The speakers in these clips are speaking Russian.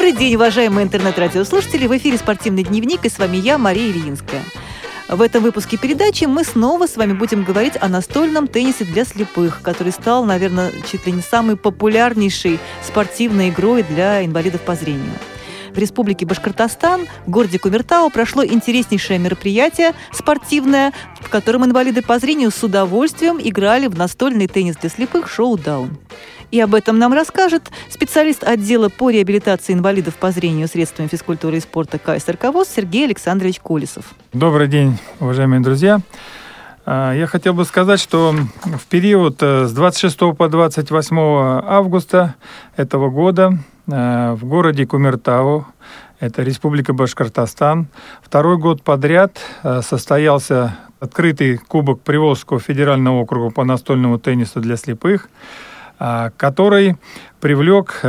Добрый день, уважаемые интернет-радиослушатели! В эфире «Спортивный дневник» и с вами я, Мария Ильинская. В этом выпуске передачи мы снова с вами будем говорить о настольном теннисе для слепых, который стал, наверное, чуть ли не самой популярнейшей спортивной игрой для инвалидов по зрению. В Республике Башкортостан, в городе Кумертау, прошло интереснейшее мероприятие спортивное, в котором инвалиды по зрению с удовольствием играли в настольный теннис для слепых «Шоу-даун». И об этом нам расскажет специалист отдела по реабилитации инвалидов по зрению средствами физкультуры и спорта КСРК ВОС Сергей Александрович Колесов. Добрый день, уважаемые друзья. Я хотел бы сказать, что в период с 26 по 28 августа этого года в городе Кумертау, это Республика Башкортостан, второй год подряд состоялся открытый Кубок Приволжского федерального округа по настольному теннису для слепых, который привлек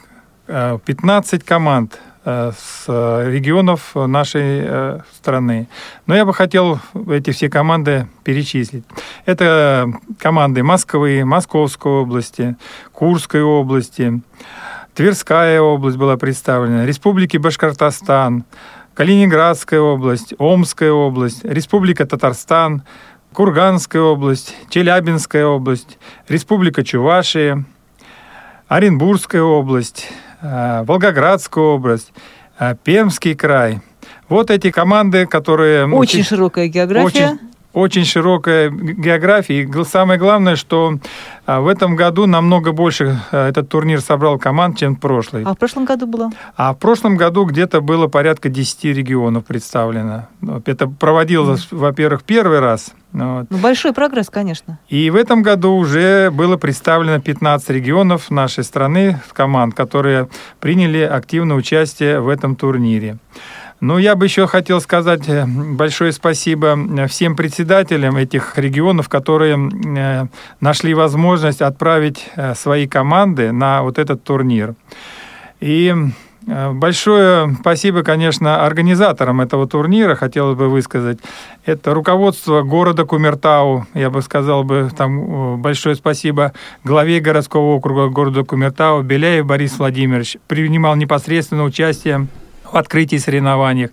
15 команд с регионов нашей страны. Но я бы хотел эти все команды перечислить. Это команды Москвы, Московской области, Курской области, Тверская область была представлена, Республики Башкортостан, Калининградская область, Омская область, Республика Татарстан, Курганская область, Челябинская область, Республика Чувашия, Оренбургская область, Волгоградская область, Пермский край. Вот эти команды, которые... Очень широкая география. Очень широкая география. И самое главное, что в этом году намного больше этот турнир собрал команд, чем в прошлый. А в прошлом году было? А в прошлом году где-то было порядка 10 регионов представлено. Это проводилось, во-первых, первый раз. Вот. Ну, большой прогресс, конечно. И в этом году уже было представлено 15 регионов нашей страны, команд, которые приняли активное участие в этом турнире. Ну, я бы еще хотел сказать большое спасибо всем председателям этих регионов, которые нашли возможность отправить свои команды на вот этот турнир. И большое спасибо, конечно, организаторам этого турнира, хотелось бы высказать. Это руководство города Кумертау, я бы сказал там большое спасибо главе городского округа города Кумертау Беляев Борис Владимирович, принимал непосредственно участие в открытии соревнований.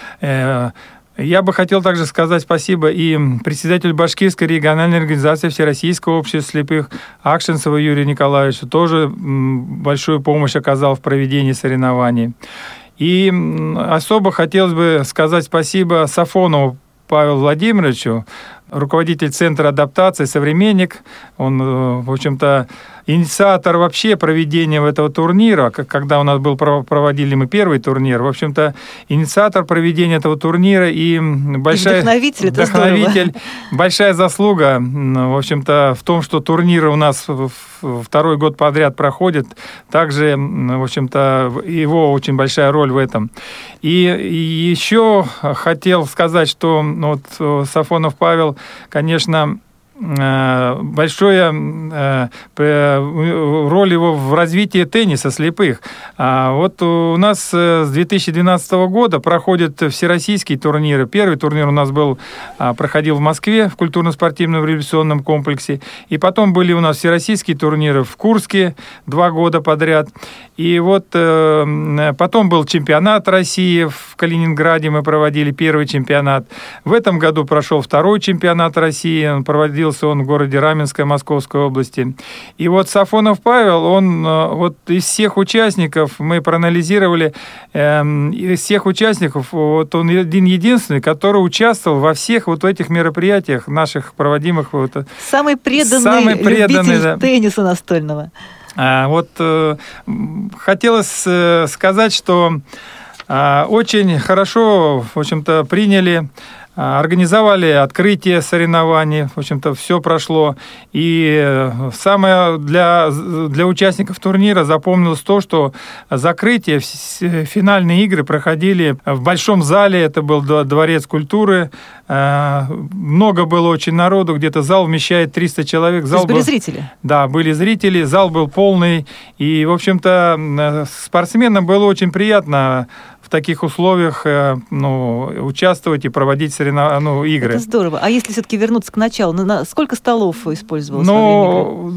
Я бы хотел также сказать спасибо и председателю Башкирской региональной организации Всероссийского общества слепых Акшинцеву Юрию Николаевичу, тоже большую помощь оказал в проведении соревнований. И особо хотелось бы сказать спасибо Сафонову Павелу Владимировичу, руководитель Центра адаптации, современник. Он, в общем-то, инициатор вообще проведения этого турнира. Когда у нас проводили мы первый турнир, в общем-то, инициатор проведения этого турнира и вдохновитель, большая заслуга, в общем-то, в том, что турнир у нас второй год подряд проходит. Также, в общем-то, его очень большая роль в этом. И еще хотел сказать, что вот Сафонов Павел, конечно, большая роль его в развитии тенниса слепых. Вот у нас с 2012 года проходят всероссийские турниры. Первый турнир у нас проходил в Москве в культурно-спортивном революционном комплексе. И потом были у нас всероссийские турниры в Курске 2 года подряд. И вот потом был чемпионат России в Калининграде, мы проводили первый чемпионат. В этом году прошел второй чемпионат России, он проводился в городе Раменской Московской области. И вот Сафонов Павел, он вот из всех участников, мы проанализировали, из всех участников, вот он единственный, который участвовал во всех вот этих мероприятиях наших проводимых. Самый преданный любитель тенниса настольного. Вот хотелось сказать, что очень хорошо, в общем-то, приняли, организовали открытие соревнований, в общем-то, все прошло. И самое для участников турнира запомнилось то, что закрытие, финальные игры проходили в большом зале, это был Дворец культуры. Много было очень народу, где-то зал вмещает 300 человек. То есть были зрители? Да, были зрители, зал был полный. И, в общем-то, спортсменам было очень приятно в таких условиях участвовать и проводить игры. Это здорово. А если все-таки вернуться к началу, сколько столов использовалось во время игры?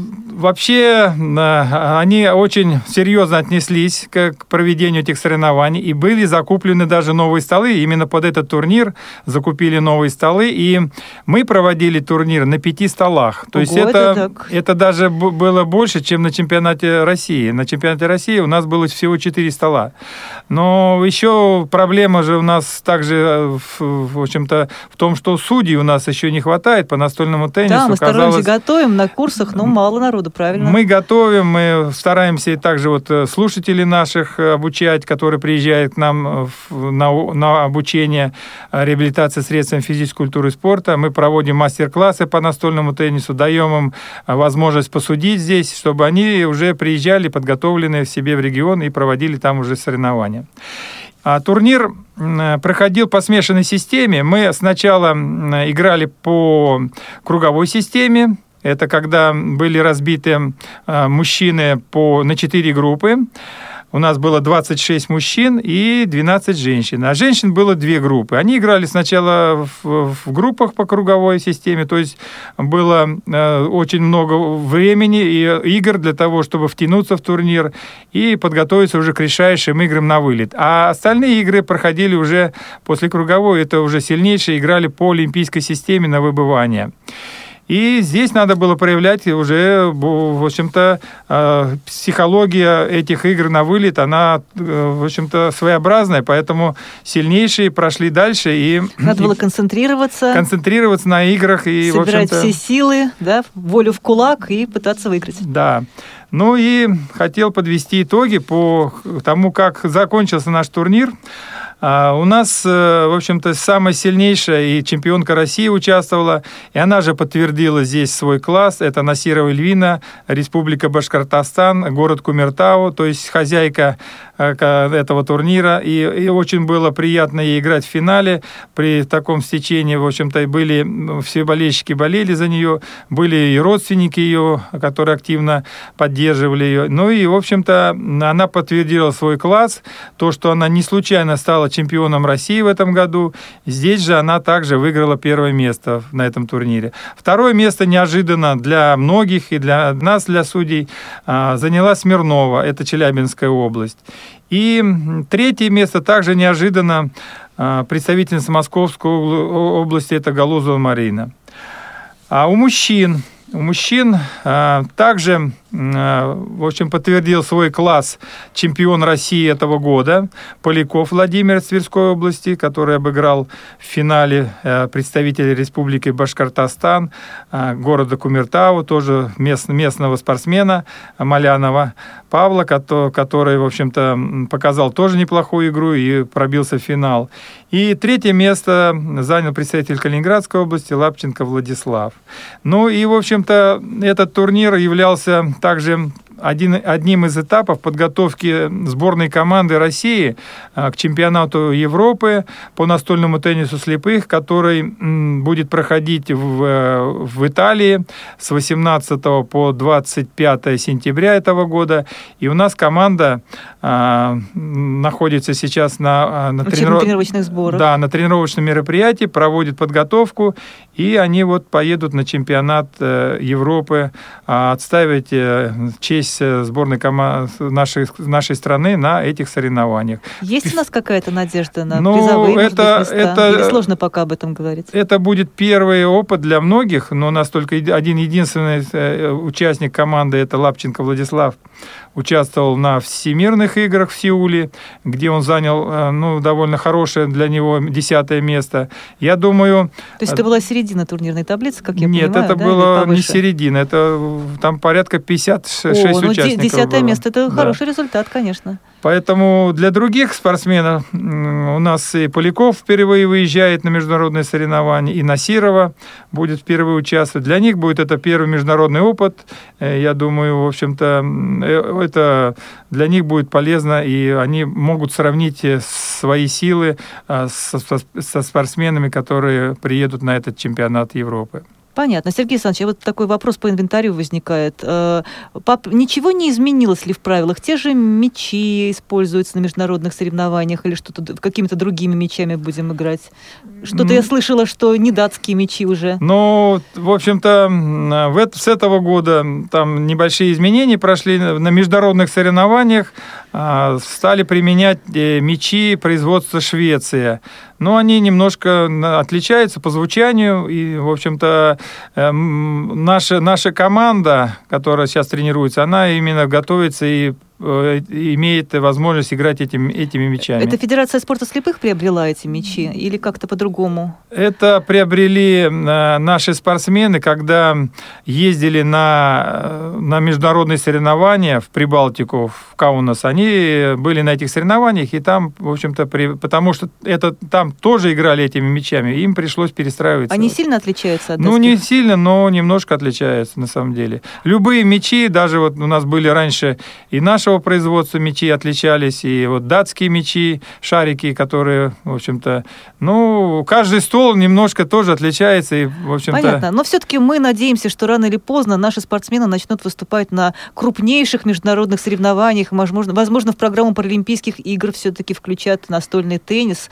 Вообще, они очень серьезно отнеслись к проведению этих соревнований, и были закуплены даже новые столы. Именно под этот турнир закупили новые столы, и мы проводили турнир на 5 столах. То есть это даже было больше, чем на чемпионате России. На чемпионате России у нас было всего 4 стола. Но еще проблема же у нас также, в общем-то, в том, что судей у нас еще не хватает по настольному теннису. Да, мы стараемся готовим на курсах, но мало народу, правильно? Мы готовим, мы стараемся и также слушателей наших обучать, которые приезжают к нам на обучение реабилитации средствами физической культуры и спорта. Мы проводим мастер-классы по настольному теннису, даем им возможность посудить здесь, чтобы они уже приезжали подготовленные в себе в регион и проводили там уже соревнования. Турнир проходил по смешанной системе. Мы сначала играли по круговой системе. Это когда были разбиты мужчины на 4 группы. У нас было 26 мужчин и 12 женщин. А женщин было 2 группы. Они играли сначала в группах по круговой системе, то есть было очень много времени и игр для того, чтобы втянуться в турнир и подготовиться уже к решающим играм на вылет. А остальные игры проходили уже после круговой, это уже сильнейшие, играли по олимпийской системе на выбывание. И здесь надо было проявлять уже, в общем-то, психология этих игр на вылет, она, в общем-то, своеобразная, поэтому сильнейшие прошли дальше. И надо было концентрироваться на играх. И, собирать все силы, да, волю в кулак и пытаться выиграть. Да. Ну и хотел подвести итоги по тому, как закончился наш турнир. У нас, в общем-то, самая сильнейшая и чемпионка России участвовала, и она же подтвердила здесь свой класс. Это Насирова Эльвина, Республика Башкортостан, город Кумертау, то есть хозяйка этого турнира. И очень было приятно ей играть в финале. При таком стечении, в общем-то, все болельщики болели за нее, были и родственники ее, которые активно поддерживали ее. Ну и, в общем-то, она подтвердила свой класс, то, что она не случайно стала чемпионом России в этом году. Здесь же она также выиграла 1 место на этом турнире. 2 место неожиданно для многих и для нас, для судей, заняла Смирнова, это Челябинская область. И 3 место также неожиданно представительница Московской области, это Галузова Марина. А у мужчин также, в общем, подтвердил свой класс чемпион России этого года Поляков Владимир из Тверской области, который обыграл в финале представителя Республики Башкортостан, города Кумертау, тоже местного спортсмена Малянова Павла, который, в общем-то, показал тоже неплохую игру и пробился в финал. И 3 место занял представитель Калининградской области Лапченко Владислав. Ну и, в общем-то, этот турнир являлся также одним из этапов подготовки сборной команды России к чемпионату Европы по настольному теннису слепых, который будет проходить в Италии с 18 по 25 сентября этого года. И у нас команда находится сейчас на тренировочных сборах. Да, на тренировочном мероприятии, проводит подготовку, и они поедут на чемпионат Европы отстаивать честь сборной команды нашей страны на этих соревнованиях. Есть у нас какая-то надежда на призовые места? Или сложно пока об этом говорить? Это будет первый опыт для многих, но у нас только единственный участник команды, это Лапченко Владислав, участвовал на Всемирных играх в Сеуле, где он занял довольно хорошее для него 10 место. Я думаю... То есть это была середина турнирной таблицы, как я понимаю? Нет, это было не середина, это там порядка 56 участников 10 место – это хороший результат, конечно. Поэтому для других спортсменов у нас и Поляков впервые выезжает на международные соревнования, и Насирова будет впервые участвовать. Для них будет это первый международный опыт. Я думаю, в общем-то, это для них будет полезно, и они могут сравнить свои силы со спортсменами, которые приедут на этот чемпионат Европы. Понятно. Сергей Александрович, вот такой вопрос по инвентарю возникает. Ничего не изменилось ли в правилах? Те же мячи используются на международных соревнованиях или что-то какими-то другими мячами будем играть? Что-то я слышала, что не датские мячи уже. Ну, в общем-то, с этого года там небольшие изменения прошли. На международных соревнованиях стали применять мячи производства Швеции. Но они немножко отличаются по звучанию. И, в общем-то, наша команда, которая сейчас тренируется, она именно готовится и имеет возможность играть этими мячами. Это Федерация спорта слепых приобрела эти мячи или как-то по-другому? Это приобрели наши спортсмены, когда ездили на международные соревнования в Прибалтику, в Каунас. Они были на этих соревнованиях, и там, в общем-то, потому что там тоже играли этими мячами, им пришлось перестраиваться. Они сильно отличаются от датских? Ну, не сильно, но немножко отличаются, на самом деле. Любые мячи, даже вот у нас были раньше и нашего производства мячи отличались, и вот датские мячи, шарики, которые, в общем-то, каждый стол немножко тоже отличается, и, в общем-то... Понятно, но все-таки мы надеемся, что рано или поздно наши спортсмены начнут выступать на крупнейших международных соревнованиях, возможно, в программу Паралимпийских игр все-таки включат настольный теннис.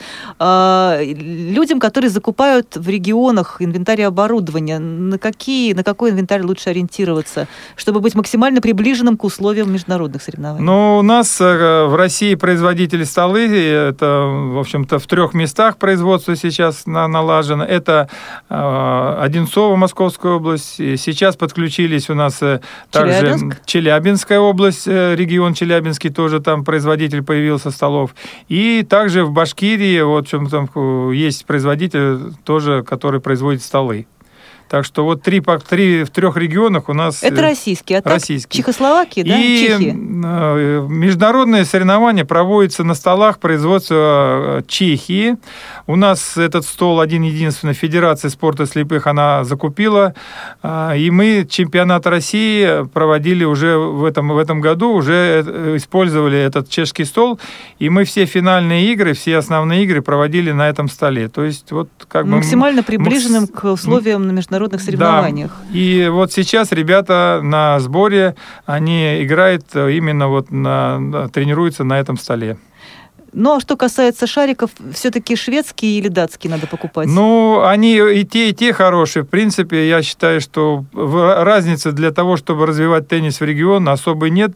Людям, которые закупают в регионах инвентарь и оборудование, на какой инвентарь лучше ориентироваться, чтобы быть максимально приближенным к условиям международных соревнований? Ну, у нас в России производители столы, это, в общем-то, в 3 местах производство сейчас налажено. Это Одинцово, Московская область. И сейчас подключились у нас также Челябинская область, регион Челябинский, тоже там производитель появился столов. И также в Башкирии, вот в чем там есть производитель тоже, который производит столы. Так что вот в 3 регионах у нас... Это российские, а так Чехословакия, да, и Чехия? Международные соревнования проводятся на столах производства Чехии. У нас этот стол один-единственный, Федерация спорта слепых, она закупила. И мы чемпионат России проводили уже в этом году, уже использовали этот чешский стол. И мы все финальные игры, все основные игры проводили на этом столе. То есть вот как бы... Максимально приближенным к условиям на международных соревнованиях. Да. И вот сейчас ребята на сборе, они играют именно тренируются на этом столе. Ну, а что касается шариков, все-таки шведские или датские надо покупать? Ну, они и те хорошие. В принципе, я считаю, что разницы для того, чтобы развивать теннис в регион, особой нет.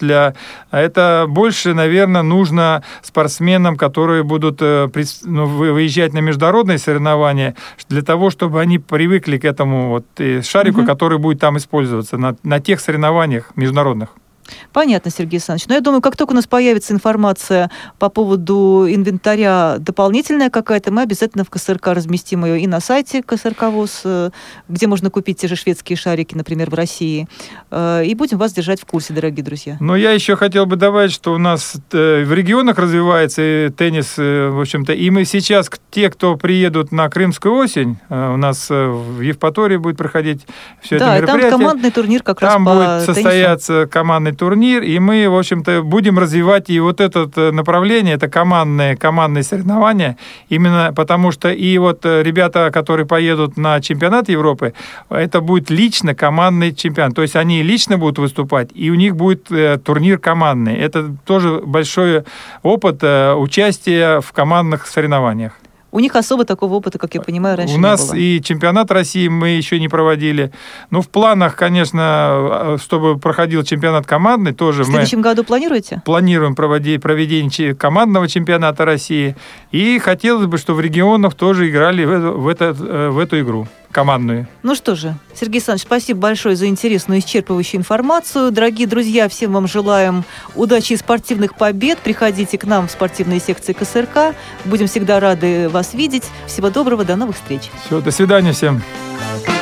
Это больше, наверное, нужно спортсменам, которые будут выезжать на международные соревнования, для того, чтобы они привыкли к этому шарику, который будет там использоваться на тех соревнованиях международных. Понятно, Сергей Александрович. Но я думаю, как только у нас появится информация по поводу инвентаря дополнительная какая-то, мы обязательно в КСРК разместим ее и на сайте КСРК ВОС, где можно купить те же шведские шарики, например, в России. И будем вас держать в курсе, дорогие друзья. Но я еще хотел бы добавить, что у нас в регионах развивается теннис, в общем-то, и мы сейчас, те, кто приедут на Крымскую осень, у нас в Евпатории будет проходить все это мероприятие. Да, там командный турнир как раз по теннису. Там будет состояться командный турнир, и мы, в общем-то, будем развивать и вот это направление, это командные соревнования, именно потому что и вот ребята, которые поедут на чемпионат Европы, это будет лично командный чемпионат, то есть они лично будут выступать, и у них будет турнир командный. Это тоже большой опыт участия в командных соревнованиях. У них особо такого опыта, как я понимаю, раньше не было. У нас и чемпионат России мы еще не проводили. Ну, в планах, конечно, чтобы проходил чемпионат командный, тоже в следующем году планируете? Планируем проведение командного чемпионата России. И хотелось бы, чтобы в регионах тоже играли в эту игру командную. Ну что же, Сергей Александрович, спасибо большое за интересную и исчерпывающую информацию. Дорогие друзья, всем вам желаем удачи и спортивных побед. Приходите к нам в спортивные секции КСРК. Будем всегда рады вас видеть. Всего доброго, до новых встреч. Все, до свидания всем.